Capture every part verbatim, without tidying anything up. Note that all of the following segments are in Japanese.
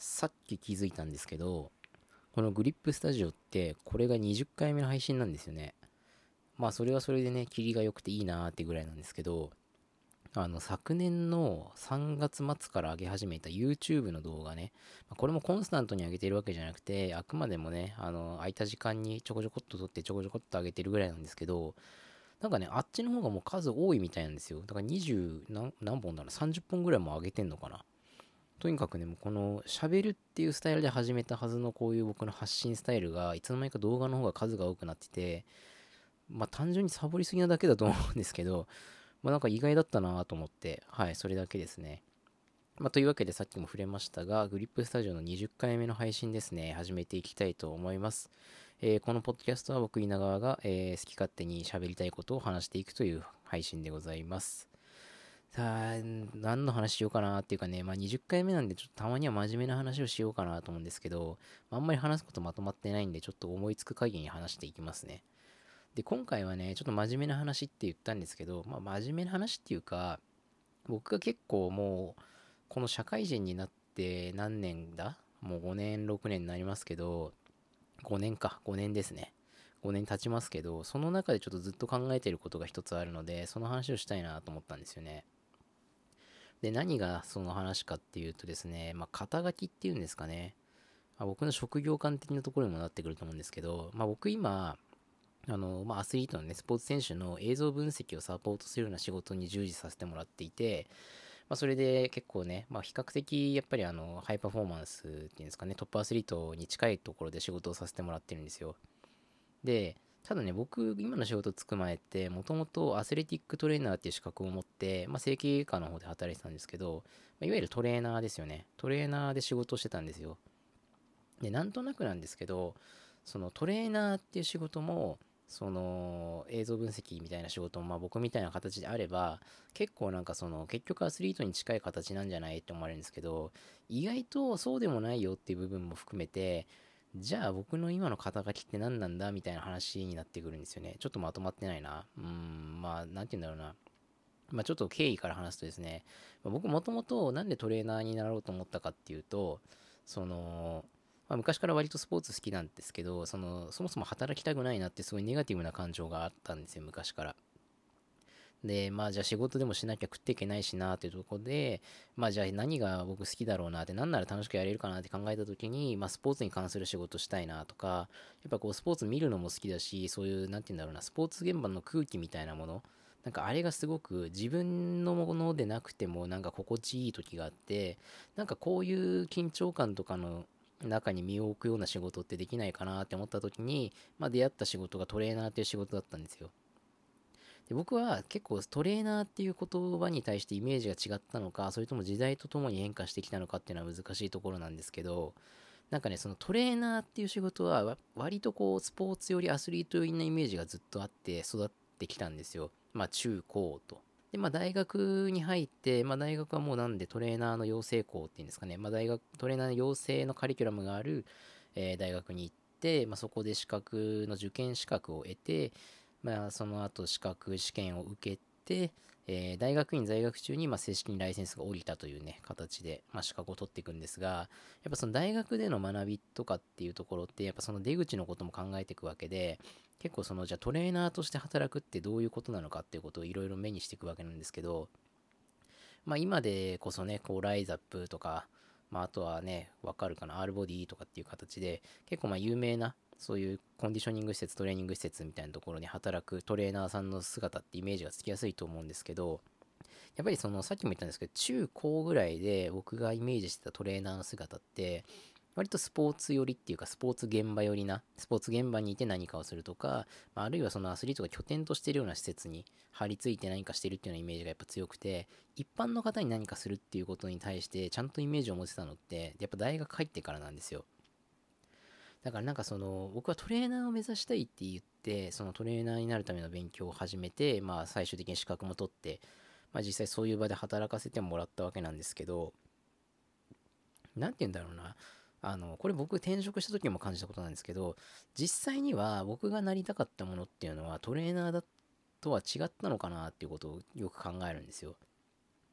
さっき気づいたんですけど、このグリップスタジオってこれがにじゅっかいめの配信なんですよね。まあそれはそれでね、キリが良くていいなーってぐらいなんですけど、あの昨年のさんがつ末から上げ始めた YouTube の動画ね、まあこれもコンスタントに上げてるわけじゃなくて、あくまでもね、あの空いた時間にちょこちょこっと撮ってちょこちょこっと上げてるぐらいなんですけど、なんかね、あっちの方がもう数多いみたいなんですよ。だからにじゅう何、何本だろう、さんじゅっぽんぐらいも上げてんのかな。とにかくね、もうこの喋るっていうスタイルで始めたはずのこういう僕の発信スタイルが、いつの間にか動画の方が数が多くなってて、まあ単純にサボりすぎなだけだと思うんですけど、まあなんか意外だったなと思って、はい、それだけですね。まあというわけでさっきも触れましたが、グリップスタジオのにじゅっかいめの配信ですね、始めていきたいと思います。えーこのポッドキャストは僕稲川が、えー好き勝手に喋りたいことを話していくという配信でございます。さあ、何の話しようかなっていうかね、まあにじゅっかいめなんで、ちょっとたまには真面目な話をしようかなと思うんですけど、あんまり話すことまとまってないんで、ちょっと思いつく限りに話していきますね。で、今回はね、ちょっと真面目な話って言ったんですけど、まあ真面目な話っていうか、僕が結構もう、この社会人になって何年だもうごねん、ろくねんになりますけど、ごねんか、ごねんですね。ごねん経ちますけど、その中でちょっとずっと考えてることが一つあるので、その話をしたいなと思ったんですよね。で、何がその話かっていうとですね、まあ、肩書きっていうんですかね。まあ、僕の職業観的なところにもなってくると思うんですけど、まあ、僕今、あの、まあ、アスリートのね、スポーツ選手の映像分析をサポートするような仕事に従事させてもらっていて、まあ、それで結構ね、まあ、比較的やっぱりあの、ハイパフォーマンスっていうんですかね、トップアスリートに近いところで仕事をさせてもらってるんですよ。で、ただね、僕、今の仕事つく前って、もともとアスレティックトレーナーっていう資格を持って、まあ、整形外科の方で働いてたんですけど、まあ、いわゆるトレーナーですよね。トレーナーで仕事をしてたんですよ。で、なんとなくなんですけど、そのトレーナーっていう仕事も、その映像分析みたいな仕事もまあ僕みたいな形であれば結構なんかその結局アスリートに近い形なんじゃないって思われるんですけど、意外とそうでもないよっていう部分も含めて、じゃあ僕の今の肩書きって何なんだみたいな話になってくるんですよね。ちょっとまとまってないな。うーん、まあなんて言うんだろうな。まあちょっと経緯から話すとですね、まあ僕もともとなんでトレーナーになろうと思ったかっていうと、その、まあ、昔から割とスポーツ好きなんですけど、その、そもそも働きたくないなってすごいネガティブな感情があったんですよ、昔から。で、まあじゃあ仕事でもしなきゃ食っていけないしなっていうところで、まあじゃあ何が僕好きだろうなって、なんなら楽しくやれるかなって考えた時に、まあスポーツに関する仕事したいなとか、やっぱこうスポーツ見るのも好きだし、そういう、なんて言うんだろうな、スポーツ現場の空気みたいなもの、なんかあれがすごく自分のものでなくてもなんか心地いい時があって、なんかこういう緊張感とかの中に身を置くような仕事ってできないかなって思った時に、まあ出会った仕事がトレーナーっていう仕事だったんですよ。で、僕は結構トレーナーっていう言葉に対してイメージが違ったのか、それとも時代とともに変化してきたのかっていうのは難しいところなんですけど、なんかね、そのトレーナーっていう仕事は割とこうスポーツよりアスリート寄りなイメージがずっとあって育ってきたんですよ。まあ中高と。で、まあ大学に入って、まあ大学はもうなんでトレーナーの養成校っていうんですかね、まあ大学、トレーナーの養成のカリキュラムがある、えー大学に行って、まあそこで資格の受験資格を得て、まあ、その後資格試験を受けて、えー大学院在学中にまあ正式にライセンスが下りたというね、形で、まあ、資格を取っていくんですが、やっぱその大学での学びとかっていうところって、やっぱその出口のことも考えていくわけで、結構そのじゃあトレーナーとして働くってどういうことなのかっていうことをいろいろ目にしていくわけなんですけど、まあ今でこそね、こうライザップとか、まああとはね、わかるかな、アールボディとかっていう形で、結構まあ有名な、そういうコンディショニング施設、トレーニング施設みたいなところに働くトレーナーさんの姿ってイメージがつきやすいと思うんですけど、やっぱりそのさっきも言ったんですけど、中高ぐらいで僕がイメージしてたトレーナーの姿って、割とスポーツ寄りっていうか、スポーツ現場寄りな、スポーツ現場にいて何かをするとか、まあ、あるいはそのアスリートが拠点としているような施設に張り付いて何かしてるっていうようなイメージがやっぱ強くて、一般の方に何かするっていうことに対してちゃんとイメージを持てたのって、やっぱ大学入ってからなんですよ。だからなんかその、僕はトレーナーを目指したいって言って、そのトレーナーになるための勉強を始めて、まあ最終的に資格も取って、まあ実際そういう場で働かせてもらったわけなんですけど、なんて言うんだろうな。あの、これ僕転職した時も感じたことなんですけど、実際には僕がなりたかったものっていうのはトレーナーだとは違ったのかなっていうことをよく考えるんですよ。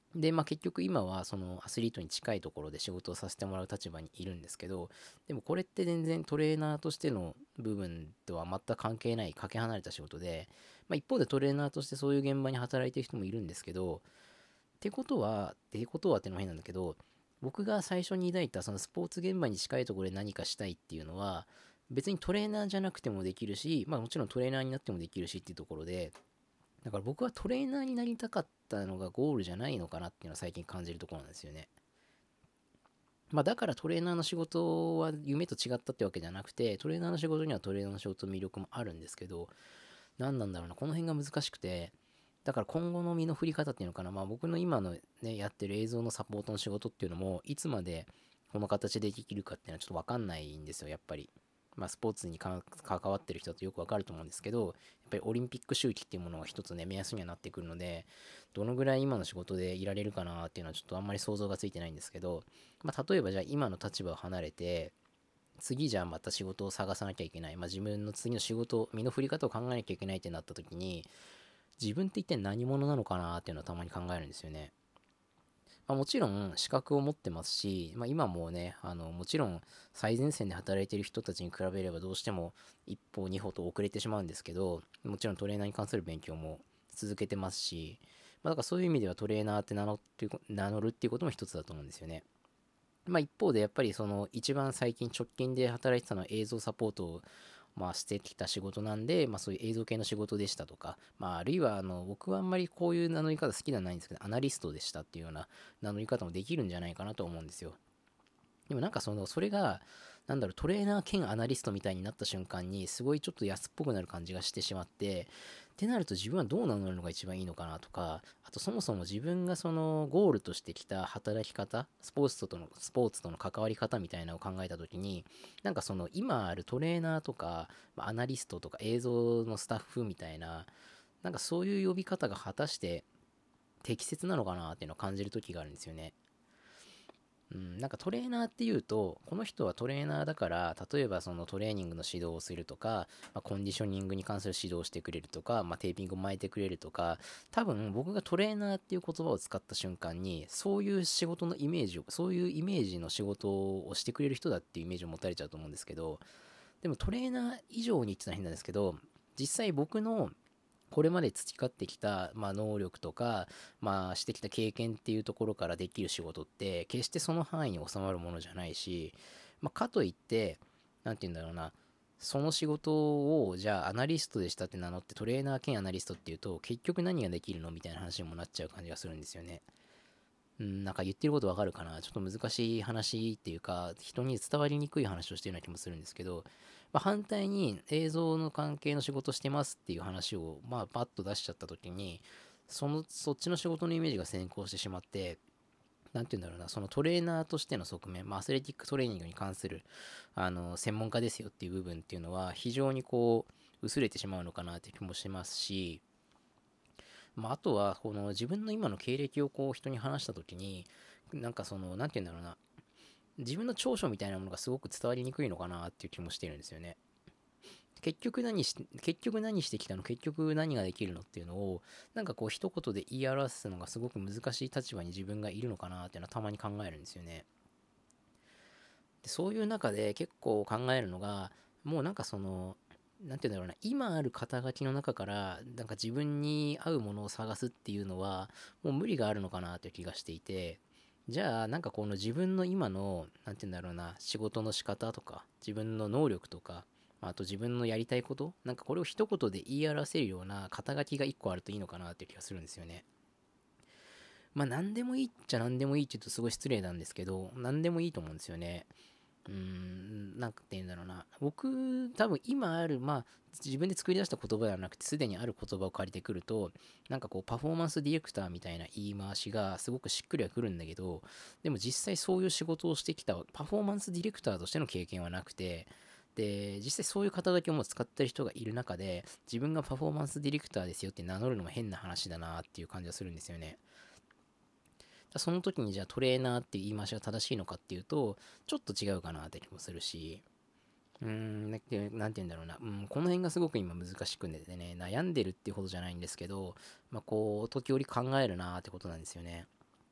で、まあ結局今はそのアスリートに近いところで仕事をさせてもらう立場にいるんですけど、でもこれって全然トレーナーとしての部分とは全く関係ない、かけ離れた仕事で、まあ一方でトレーナーとしてそういう現場に働いてる人もいるんですけど、ってことは、ってことはってのも変なんだけど、僕が最初に抱いたそのスポーツ現場に近いところで何かしたいっていうのは、別にトレーナーじゃなくてもできるし、まあもちろんトレーナーになってもできるしっていうところで、だから僕はトレーナーになりたかったのがゴールじゃないのかなっていうのは最近感じるところなんですよね。まあだからトレーナーの仕事は夢と違ったってわけじゃなくて、トレーナーの仕事にはトレーナーの仕事の魅力もあるんですけど、何なんだろうな、この辺が難しくて、だから今後の身の振り方っていうのかな、まあ僕の今のね、やってる映像のサポートの仕事っていうのも、いつまでこの形でできるかっていうのはちょっとわかんないんですよ、やっぱり。まあスポーツに関わってる人だとよくわかると思うんですけど、やっぱりオリンピック周期っていうものが一つね、目安にはなってくるので、どのぐらい今の仕事でいられるかなっていうのはちょっとあんまり想像がついてないんですけど、まあ例えばじゃあ今の立場を離れて、次じゃあまた仕事を探さなきゃいけない、まあ自分の次の仕事、身の振り方を考えなきゃいけないってなった時に、自分って一体何者なのかなっていうのはたまに考えるんですよね。まあ、もちろん資格を持ってますし、まあ、今もね、あのもちろん最前線で働いている人たちに比べればどうしても一歩二歩と遅れてしまうんですけど、もちろんトレーナーに関する勉強も続けてますし、まあ、だからそういう意味ではトレーナーって名乗って名乗るっていうことも一つだと思うんですよね。まあ、一方でやっぱりその一番最近直近で働いてたのは映像サポートをまあしてきた仕事なんで、まあ、そういう映像系の仕事でしたとか、まあ、あるいはあの僕はあんまりこういう名乗り方好きではないんですけど、アナリストでしたっていうような名乗り方もできるんじゃないかなと思うんですよ。でもなんかそのそれがなんだろう、トレーナー兼アナリストみたいになった瞬間にすごいちょっと安っぽくなる感じがしてしまって、ってなると自分はどう名乗るのが一番いいのかなとか、あとそもそも自分がそのゴールとしてきた働き方、スポーツとのスポーツとの関わり方みたいなのを考えた時に、なんかその今あるトレーナーとかアナリストとか映像のスタッフみたいな、なんかそういう呼び方が果たして適切なのかなっていうのを感じる時があるんですよね。うん、なんかトレーナーっていうと、この人はトレーナーだから、例えばそのトレーニングの指導をするとか、まあ、コンディショニングに関する指導をしてくれるとか、まあ、テーピングを巻いてくれるとか、多分僕がトレーナーっていう言葉を使った瞬間に、そういう仕事のイメージを、そういうイメージの仕事をしてくれる人だっていうイメージを持たれちゃうと思うんですけど、でもトレーナー以上にって言ったら変なんですけど、実際僕のこれまで培ってきた、まあ、能力とか、まあ、してきた経験っていうところからできる仕事って決してその範囲に収まるものじゃないし、まあ、かといってなんて言うんだろうな、その仕事をじゃあアナリストでしたって名乗ってトレーナー兼アナリストっていうと結局何ができるのみたいな話にもなっちゃう感じがするんですよね。うん、なんか言ってることわかるかな、ちょっと難しい話っていうか、人に伝わりにくい話をしてるような気もするんですけど、まあ、反対に映像の関係の仕事してますっていう話を、まあ、パッと出しちゃった時に、その、そっちの仕事のイメージが先行してしまって、なんて言うんだろうな、そのトレーナーとしての側面、まあ、アスレティックトレーニングに関する、あの、専門家ですよっていう部分っていうのは、非常にこう、薄れてしまうのかなって気もしますし、まあ、あとは、この自分の今の経歴をこう人に話したときに、なんかその、なんて言うんだろうな、自分の長所みたいなものがすごく伝わりにくいのかなっていう気もしてるんですよね。結局何し、結局何してきたの、結局何ができるのっていうのを、なんかこう一言で言い表すのがすごく難しい立場に自分がいるのかなっていうのはたまに考えるんですよね。でそういう中で結構考えるのが、もうなんかその、なんて言うんだろうな、今ある肩書きの中から、なんか自分に合うものを探すっていうのは、もう無理があるのかなという気がしていて、じゃあ、なんかこの自分の今の、なんて言うんだろうな、仕事の仕方とか、自分の能力とか、あと自分のやりたいこと、なんかこれを一言で言い表せるような肩書きが一個あるといいのかなっていう気がするんですよね。まあ、何でもいいっちゃ何でもいいって言うとすごい失礼なんですけど、何でもいいと思うんですよね。うーん、なんて言うんだろうな。僕、多分今ある、まあ、自分で作り出した言葉ではなくて、すでにある言葉を借りてくると、なんかこう、パフォーマンスディレクターみたいな言い回しがすごくしっくりはくるんだけど、でも実際そういう仕事をしてきた、パフォーマンスディレクターとしての経験はなくて、で、実際そういう肩書きをもう使ってる人がいる中で、自分がパフォーマンスディレクターですよって名乗るのも変な話だなっていう感じがするんですよね。その時にじゃあトレーナーっていう言い回しが正しいのかっていうと、ちょっと違うかなって気もするし、うーん、なんてなんて言うんだろうな、うん、この辺がすごく今難しくてね、悩んでるっていうほどじゃないんですけど、まあ、こう、時折考えるなーってことなんですよね。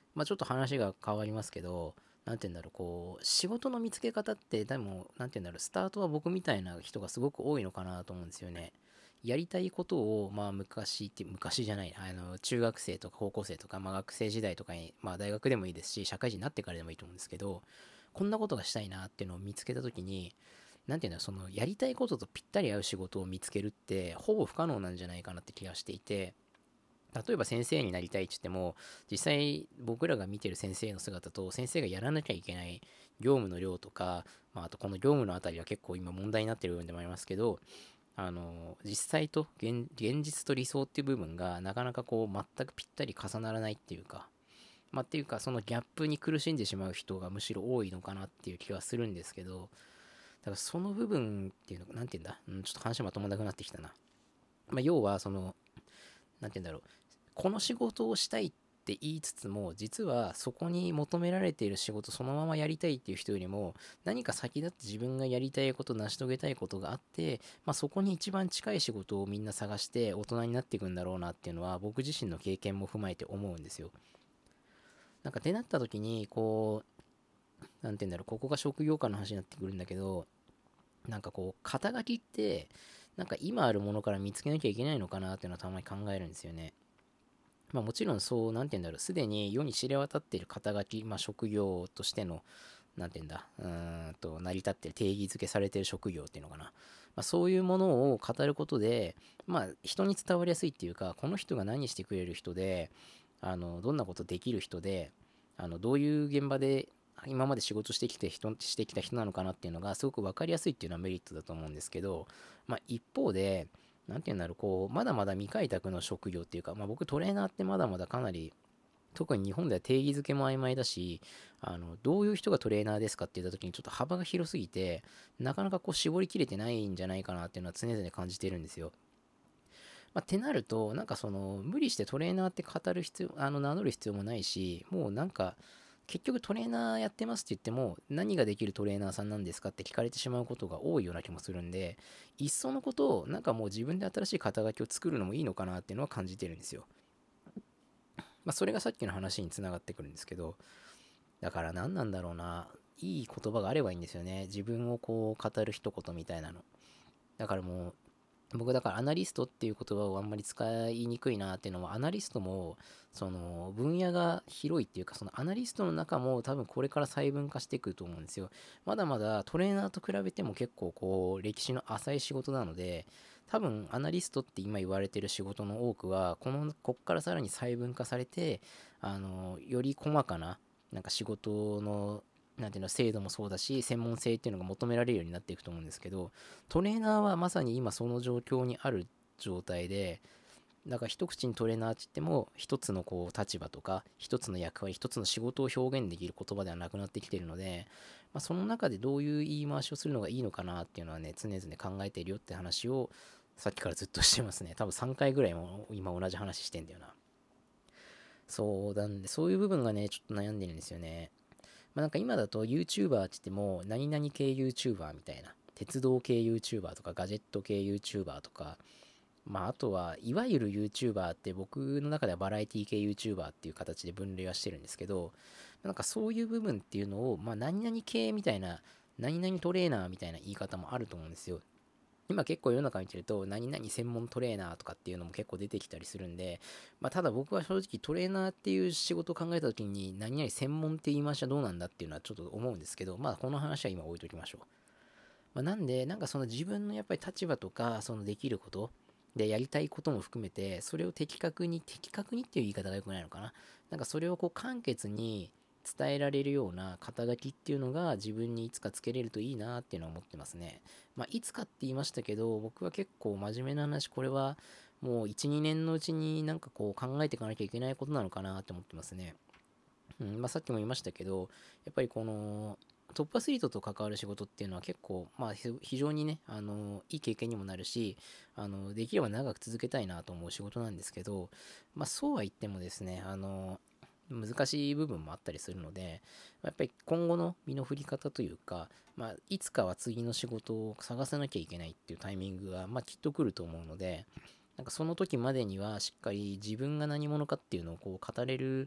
まあちょっと話が変わりますけど、なんて言うんだろう、こう、仕事の見つけ方って、でも、なんて言うんだろう、スタートは僕みたいな人がすごく多いのかなと思うんですよね。やりたいことを、まあ昔って、昔じゃないな、あの、中学生とか高校生とか、まあ学生時代とかに、まあ大学でもいいですし、社会人になってからでもいいと思うんですけど、こんなことがしたいなっていうのを見つけたときに、なんていうんだろう、そのやりたいこととぴったり合う仕事を見つけるって、ほぼ不可能なんじゃないかなって気がしていて、例えば先生になりたいって言っても、実際僕らが見てる先生の姿と先生がやらなきゃいけない業務の量とか、まあ、あとこの業務のあたりは結構今問題になってる部分でもありますけど、あの実際と現現実と理想っていう部分がなかなかこう全くぴったり重ならないっていうか、まあ、っていうかそのギャップに苦しんでしまう人がむしろ多いのかなっていう気はするんですけど、だからその部分っていうのが、なんて言うんだ、うん、ちょっと話まともなくなってきたな。まあ、要はその、なんて言うんだろう、この仕事をしたいって言いつつも、実はそこに求められている仕事そのままやりたいっていう人よりも、何か先立って自分がやりたいこと、成し遂げたいことがあって、まあ、そこに一番近い仕事をみんな探して大人になっていくんだろうなっていうのは、僕自身の経験も踏まえて思うんですよ。なんかってなった時に、こう、なんて言うんだろう、ここが職業観の話になってくるんだけど、なんかこう、肩書きって、なんか今あるものから見つけなきゃいけないのかなっていうのはたまに考えるんですよね。まあもちろんそう、なんて言うんだろう、すでに世に知れ渡っている肩書き、まあ職業としての、なんて言うんだ、うーんと、成り立ってる、定義づけされている職業っていうのかな。まあそういうものを語ることで、まあ人に伝わりやすいっていうか、この人が何してくれる人で、あの、どんなことできる人で、あの、どういう現場で今まで仕事してきて人してきた人なのかなっていうのがすごく分かりやすいっていうのはメリットだと思うんですけど、まあ、一方で、なんていうんだろう、こう、まだまだ未開拓の職業っていうか、まあ、僕トレーナーってまだまだかなり、特に日本では定義づけも曖昧だし、あの、どういう人がトレーナーですかって言った時にちょっと幅が広すぎて、なかなかこう絞りきれてないんじゃないかなっていうのは常々感じてるんですよ。まあ、ってなると、なんかその、無理してトレーナーって語る必要、あの、名乗る必要もないし、もうなんか、結局トレーナーやってますって言っても、何ができるトレーナーさんなんですかって聞かれてしまうことが多いような気もするんで、いっそのことを、なんかもう自分で新しい肩書きを作るのもいいのかなっていうのは感じてるんですよ。まあ、それがさっきの話につながってくるんですけど、だから何なんだろうな、いい言葉があればいいんですよね。自分をこう語る一言みたいなの。だからもう、僕だからアナリストっていう言葉をあんまり使いにくいなっていうのは、アナリストもその分野が広いっていうか、そのアナリストの中も多分これから細分化していくと思うんですよ。まだまだトレーナーと比べても結構こう歴史の浅い仕事なので、多分アナリストって今言われてる仕事の多くはこのこっからさらに細分化されて、あのより細かななんか仕事のなんていうの精度もそうだし専門性っていうのが求められるようになっていくと思うんですけど、トレーナーはまさに今その状況にある状態で、だから一口にトレーナーって言っても一つのこう立場とか一つの役割一つの仕事を表現できる言葉ではなくなってきているので、まあ、その中でどういう言い回しをするのがいいのかなっていうのはね常々考えているよって話をさっきからずっとしてますね。多分さんかいぐらいも今同じ話してんだよな。そうなんで、そういう部分がねちょっと悩んでるんですよね。まあ、なんか今だと YouTuber って言っても何々系 YouTuber みたいな、鉄道系 YouTuber とかガジェット系 YouTuber とか、まああとはいわゆる YouTuber って僕の中ではバラエティ系 YouTuber っていう形で分類はしてるんですけど、なんかそういう部分っていうのを、まあ何々系みたいな、何々トレーナーみたいな言い方もあると思うんですよ。今結構世の中見てると、何々専門トレーナーとかっていうのも結構出てきたりするんで、まあ、ただ僕は正直トレーナーっていう仕事を考えた時に、何々専門って言い回しはどうなんだっていうのはちょっと思うんですけど、まあこの話は今置いときましょう。まあ、なんで、なんかその自分のやっぱり立場とか、そのできること、で、やりたいことも含めて、それを的確に、的確にっていう言い方が良くないのかな。なんかそれをこう簡潔に伝えられるような肩書きっていうのが自分にいつかつけれるといいなっていうのは思ってますね。まあ、いつかって言いましたけど、僕は結構真面目な話、これはもういち、にねんのうちになんかこう考えていかなきゃいけないことなのかなって思ってますね。うんまあ、さっきも言いましたけど、やっぱりこのトップアスリートと関わる仕事っていうのは結構、まあ、非常にね、あのいい経験にもなるし、あのできれば長く続けたいなと思う仕事なんですけど、まあ、そうは言ってもですね、あの難しい部分もあったりするので、やっぱり今後の身の振り方というか、まあ、いつかは次の仕事を探さなきゃいけないっていうタイミングが、まあ、きっと来ると思うので、なんかその時までにはしっかり自分が何者かっていうのをこう語れる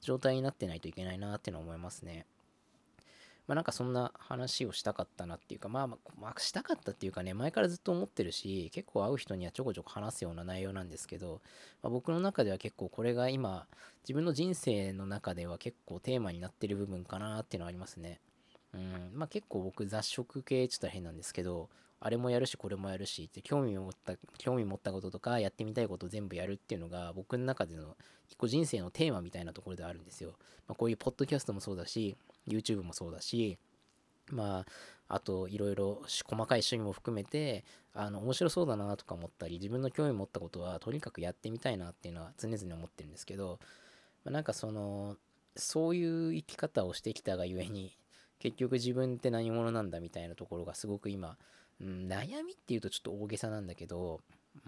状態になってないといけないなってのは思いますね。まあなんかそんな話をしたかったなっていうか、まあまあ、まあ、したかったっていうかね、前からずっと思ってるし、結構会う人にはちょこちょこ話すような内容なんですけど、まあ、僕の中では結構これが今、自分の人生の中では結構テーマになってる部分かなっていうのはありますね。うん、まあ結構僕雑食系って言ったら変なんですけど、あれもやるしこれもやるしって興味を持った興味持ったこととかやってみたいことを全部やるっていうのが僕の中での一個人生のテーマみたいなところであるんですよ。まあ、こういうポッドキャストもそうだし YouTube もそうだし、まああといろいろ細かい趣味も含めてあの面白そうだなとか思ったり自分の興味持ったことはとにかくやってみたいなっていうのは常々思ってるんですけど、まあ、なんかそのそういう生き方をしてきたがゆえに結局自分って何者なんだみたいなところがすごく今、うん、悩みっていうとちょっと大げさなんだけど、うん、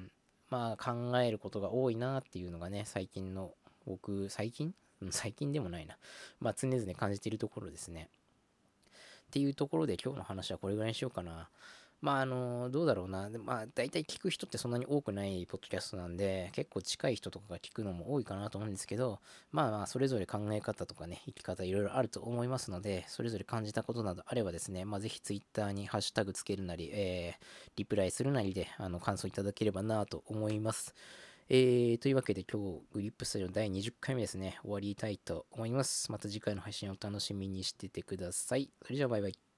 まあ考えることが多いなっていうのがね最近の僕最近最近でもないな、まあ常々感じているところですね。っていうところで今日の話はこれぐらいにしようかな。まああのどうだろうな。でまあ大体聞く人ってそんなに多くないポッドキャストなんで結構近い人とかが聞くのも多いかなと思うんですけど、まあまあそれぞれ考え方とかね生き方いろいろあると思いますので、それぞれ感じたことなどあればですね、まあぜひツイッターにハッシュタグつけるなり、えー、リプライするなりであの感想いただければなと思います。えー、というわけで今日グリップスタジオだいにじゅっかいめですね終わりたいと思います。また次回の配信をお楽しみにしててください。それじゃあバイバイ。